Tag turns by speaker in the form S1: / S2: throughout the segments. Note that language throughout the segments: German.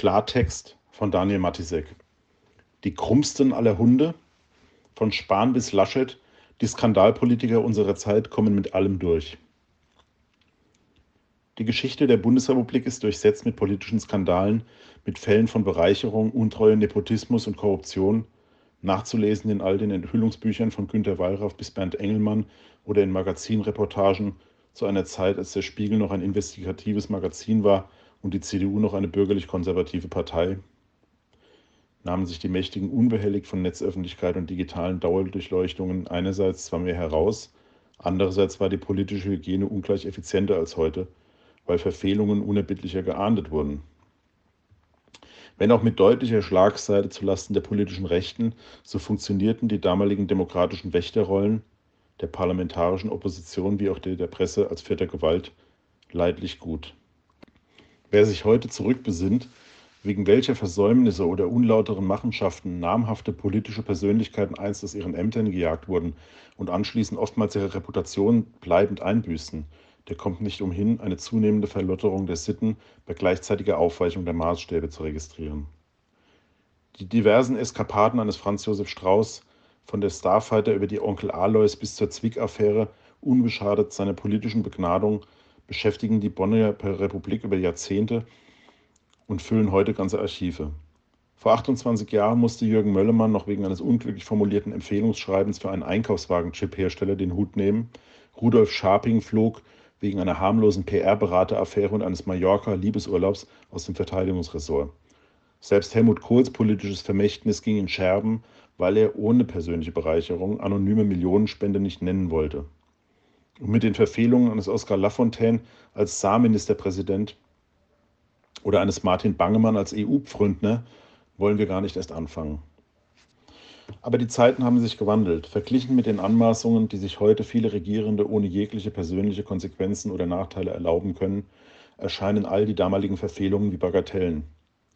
S1: Klartext von Daniel Matisek. Die krummsten aller Hunde, von Spahn bis Laschet, die Skandalpolitiker unserer Zeit kommen mit allem durch. Die Geschichte der Bundesrepublik ist durchsetzt mit politischen Skandalen, mit Fällen von Bereicherung, Untreue, Nepotismus und Korruption, nachzulesen in all den Enthüllungsbüchern von Günter Wallraff bis Bernd Engelmann oder in Magazinreportagen zu einer Zeit, als der Spiegel noch ein investigatives Magazin war und die CDU noch eine bürgerlich-konservative Partei. Nahmen sich die Mächtigen unbehelligt von Netzöffentlichkeit und digitalen Dauerdurchleuchtungen einerseits zwar mehr heraus, andererseits war die politische Hygiene ungleich effizienter als heute, weil Verfehlungen unerbittlicher geahndet wurden. Wenn auch mit deutlicher Schlagseite zulasten der politischen Rechten, so funktionierten die damaligen demokratischen Wächterrollen der parlamentarischen Opposition wie auch der Presse als vierter Gewalt leidlich gut. Wer sich heute zurückbesinnt, wegen welcher Versäumnisse oder unlauteren Machenschaften namhafte politische Persönlichkeiten einst aus ihren Ämtern gejagt wurden und anschließend oftmals ihre Reputation bleibend einbüßten, der kommt nicht umhin, eine zunehmende Verlotterung der Sitten bei gleichzeitiger Aufweichung der Maßstäbe zu registrieren. Die diversen Eskapaden eines Franz Josef Strauß, von der Starfighter über die Onkel Alois bis zur Zwick-Affäre, unbeschadet seiner politischen Begnadung, beschäftigen die Bonner Republik über Jahrzehnte und füllen heute ganze Archive. Vor 28 Jahren musste Jürgen Möllemann noch wegen eines unglücklich formulierten Empfehlungsschreibens für einen Einkaufswagen-Chip-Hersteller den Hut nehmen. Rudolf Scharping flog wegen einer harmlosen PR-Berateraffäre und eines Mallorca-Liebesurlaubs aus dem Verteidigungsressort. Selbst Helmut Kohls politisches Vermächtnis ging in Scherben, weil er ohne persönliche Bereicherung anonyme Millionenspende nicht nennen wollte. Und mit den Verfehlungen eines Oskar Lafontaine als Saarministerpräsident oder eines Martin Bangemann als EU-Pfründner wollen wir gar nicht erst anfangen. Aber die Zeiten haben sich gewandelt. Verglichen mit den Anmaßungen, die sich heute viele Regierende ohne jegliche persönliche Konsequenzen oder Nachteile erlauben können, erscheinen all die damaligen Verfehlungen wie Bagatellen.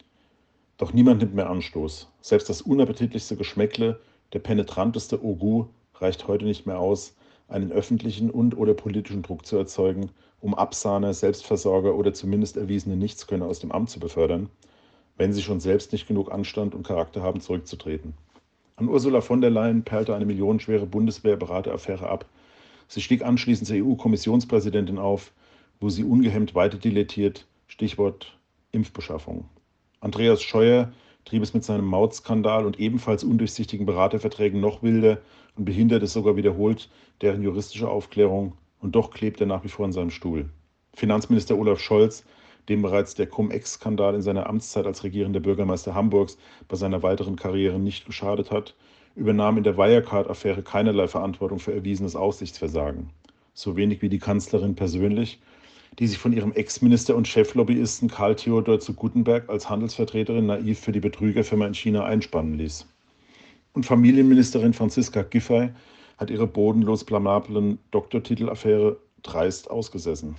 S1: Doch niemand nimmt mehr Anstoß. Selbst das unappetitlichste Geschmäckle, der penetranteste Ogu reicht heute nicht mehr aus, einen öffentlichen und/oder politischen Druck zu erzeugen, um Absahner, Selbstversorger oder zumindest erwiesene Nichtskönner aus dem Amt zu befördern, wenn sie schon selbst nicht genug Anstand und Charakter haben, zurückzutreten. An Ursula von der Leyen perlte eine millionenschwere Bundeswehr-Berateraffäre ab. Sie stieg anschließend zur EU-Kommissionspräsidentin auf, wo sie ungehemmt weiter dilettiert, Stichwort Impfbeschaffung. Andreas Scheuer trieb es mit seinem Mautskandal und ebenfalls undurchsichtigen Beraterverträgen noch wilder und behinderte sogar wiederholt deren juristische Aufklärung, und doch klebt er nach wie vor in seinem Stuhl. Finanzminister Olaf Scholz, dem bereits der Cum-Ex-Skandal in seiner Amtszeit als regierender Bürgermeister Hamburgs bei seiner weiteren Karriere nicht geschadet hat, übernahm in der Wirecard-Affäre keinerlei Verantwortung für erwiesenes Aufsichtsversagen. So wenig wie die Kanzlerin persönlich, die sich von ihrem Ex-Minister und Cheflobbyisten Karl Theodor zu Guttenberg als Handelsvertreterin naiv für die Betrügerfirma in China einspannen ließ. Und Familienministerin Franziska Giffey hat ihre bodenlos blamablen Doktortitelaffäre dreist ausgesessen.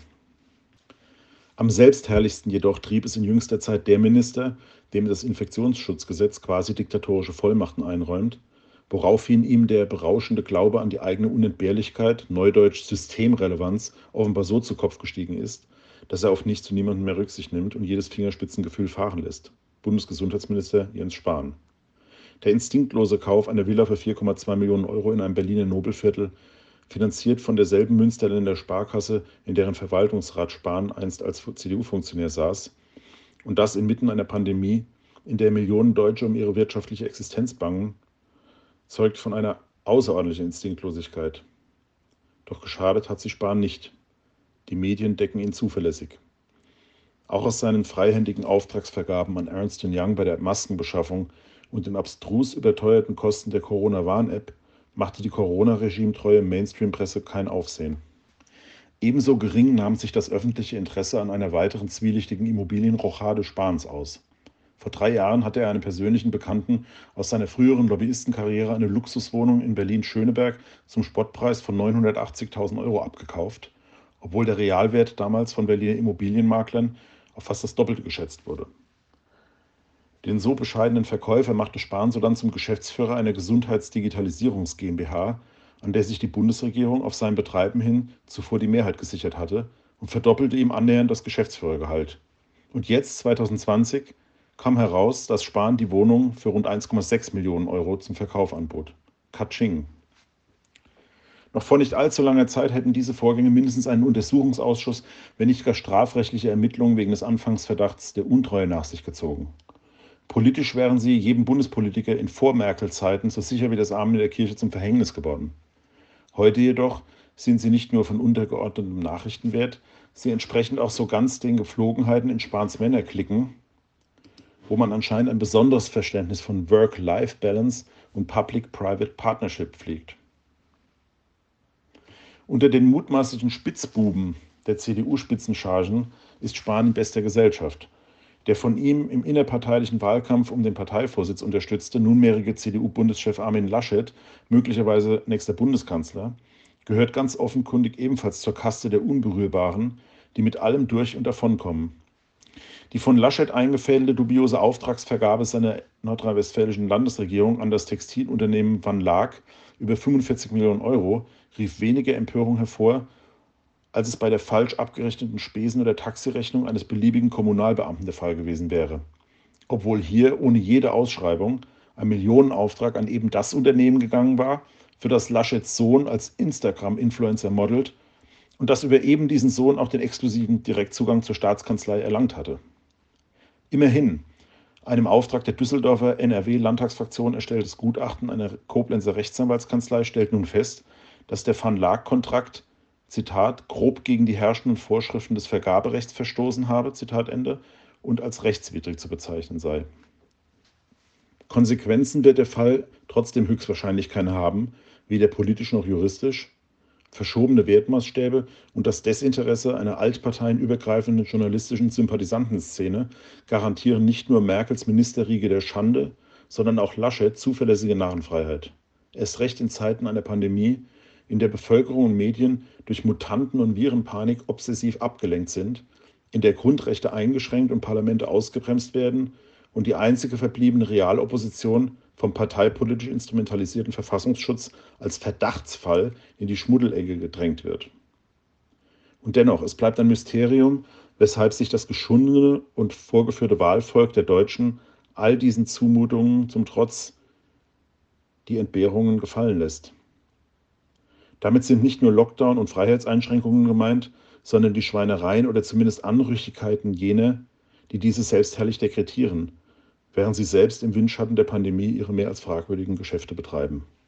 S1: Am selbstherrlichsten jedoch trieb es in jüngster Zeit der Minister, dem das Infektionsschutzgesetz quasi diktatorische Vollmachten einräumt, woraufhin ihm der berauschende Glaube an die eigene Unentbehrlichkeit, neudeutsch Systemrelevanz, offenbar so zu Kopf gestiegen ist, dass er auf nichts zu niemandem mehr Rücksicht nimmt und jedes Fingerspitzengefühl fahren lässt. Bundesgesundheitsminister Jens Spahn. Der instinktlose Kauf einer Villa für 4,2 Millionen Euro in einem Berliner Nobelviertel, finanziert von derselben Münsterländer Sparkasse, in deren Verwaltungsrat Spahn einst als CDU-Funktionär saß, und das inmitten einer Pandemie, in der Millionen Deutsche um ihre wirtschaftliche Existenz bangen, zeugt von einer außerordentlichen Instinktlosigkeit. Doch geschadet hat sie Spahn nicht. Die Medien decken ihn zuverlässig. Auch aus seinen freihändigen Auftragsvergaben an Ernst & Young bei der Maskenbeschaffung und den abstrus überteuerten Kosten der Corona-Warn-App machte die Corona-Regime-treue Mainstream-Presse kein Aufsehen. Ebenso gering nahm sich das öffentliche Interesse an einer weiteren zwielichtigen Immobilienrochade Spahns aus. Vor 3 Jahren hatte er einem persönlichen Bekannten aus seiner früheren Lobbyistenkarriere eine Luxuswohnung in Berlin-Schöneberg zum Spottpreis von 980.000 Euro abgekauft, obwohl der Realwert damals von Berliner Immobilienmaklern auf fast das Doppelte geschätzt wurde. Den so bescheidenen Verkäufer machte Spahn sodann zum Geschäftsführer einer Gesundheitsdigitalisierungs GmbH, an der sich die Bundesregierung auf sein Betreiben hin zuvor die Mehrheit gesichert hatte, und verdoppelte ihm annähernd das Geschäftsführergehalt. Und jetzt, 2020, kam heraus, dass Spahn die Wohnung für rund 1,6 Millionen Euro zum Verkauf anbot. Katsching. Noch vor nicht allzu langer Zeit hätten diese Vorgänge mindestens einen Untersuchungsausschuss, wenn nicht gar strafrechtliche Ermittlungen wegen des Anfangsverdachts der Untreue nach sich gezogen. Politisch wären sie jedem Bundespolitiker in Vor-Merkel-Zeiten so sicher wie das Amen in der Kirche zum Verhängnis geworden. Heute jedoch sind sie nicht nur von untergeordnetem Nachrichtenwert, sie entsprechen auch so ganz den Gepflogenheiten in Spahns Männerklicken, wo man anscheinend ein besonderes Verständnis von Work-Life-Balance und Public-Private Partnership pflegt. Unter den mutmaßlichen Spitzbuben der CDU-Spitzenchargen ist Spahn in bester Gesellschaft. Der von ihm im innerparteilichen Wahlkampf um den Parteivorsitz unterstützte nunmehrige CDU-Bundeschef Armin Laschet, möglicherweise nächster Bundeskanzler, gehört ganz offenkundig ebenfalls zur Kaste der Unberührbaren, die mit allem durch und davonkommen. Die von Laschet eingefädelte dubiose Auftragsvergabe seiner nordrhein-westfälischen Landesregierung an das Textilunternehmen Van Laak über 45 Millionen Euro rief weniger Empörung hervor, als es bei der falsch abgerechneten Spesen- oder Taxirechnung eines beliebigen Kommunalbeamten der Fall gewesen wäre. Obwohl hier ohne jede Ausschreibung ein Millionenauftrag an eben das Unternehmen gegangen war, für das Laschets Sohn als Instagram-Influencer modelt und das über eben diesen Sohn auch den exklusiven Direktzugang zur Staatskanzlei erlangt hatte. Immerhin, einem Auftrag der Düsseldorfer NRW-Landtagsfraktion erstelltes Gutachten einer Koblenzer Rechtsanwaltskanzlei stellt nun fest, dass der Van Laak-Kontrakt, Zitat, grob gegen die herrschenden Vorschriften des Vergaberechts verstoßen habe, Zitat Ende, und als rechtswidrig zu bezeichnen sei. Konsequenzen wird der Fall trotzdem höchstwahrscheinlich keine haben, weder politisch noch juristisch. Verschobene Wertmaßstäbe und das Desinteresse einer altparteienübergreifenden journalistischen Sympathisantenszene garantieren nicht nur Merkels Ministerriege der Schande, sondern auch Laschet zuverlässige Narrenfreiheit. Erst recht in Zeiten einer Pandemie, in der Bevölkerung und Medien durch Mutanten- und Virenpanik obsessiv abgelenkt sind, in der Grundrechte eingeschränkt und Parlamente ausgebremst werden und die einzige verbliebene Realopposition vom parteipolitisch instrumentalisierten Verfassungsschutz als Verdachtsfall in die Schmuddelecke gedrängt wird. Und dennoch, es bleibt ein Mysterium, weshalb sich das geschundene und vorgeführte Wahlvolk der Deutschen all diesen Zumutungen zum Trotz die Entbehrungen gefallen lässt. Damit sind nicht nur Lockdown und Freiheitseinschränkungen gemeint, sondern die Schweinereien oder zumindest Anrüchigkeiten jener, die diese selbstherrlich dekretieren, während sie selbst im Windschatten der Pandemie ihre mehr als fragwürdigen Geschäfte betreiben.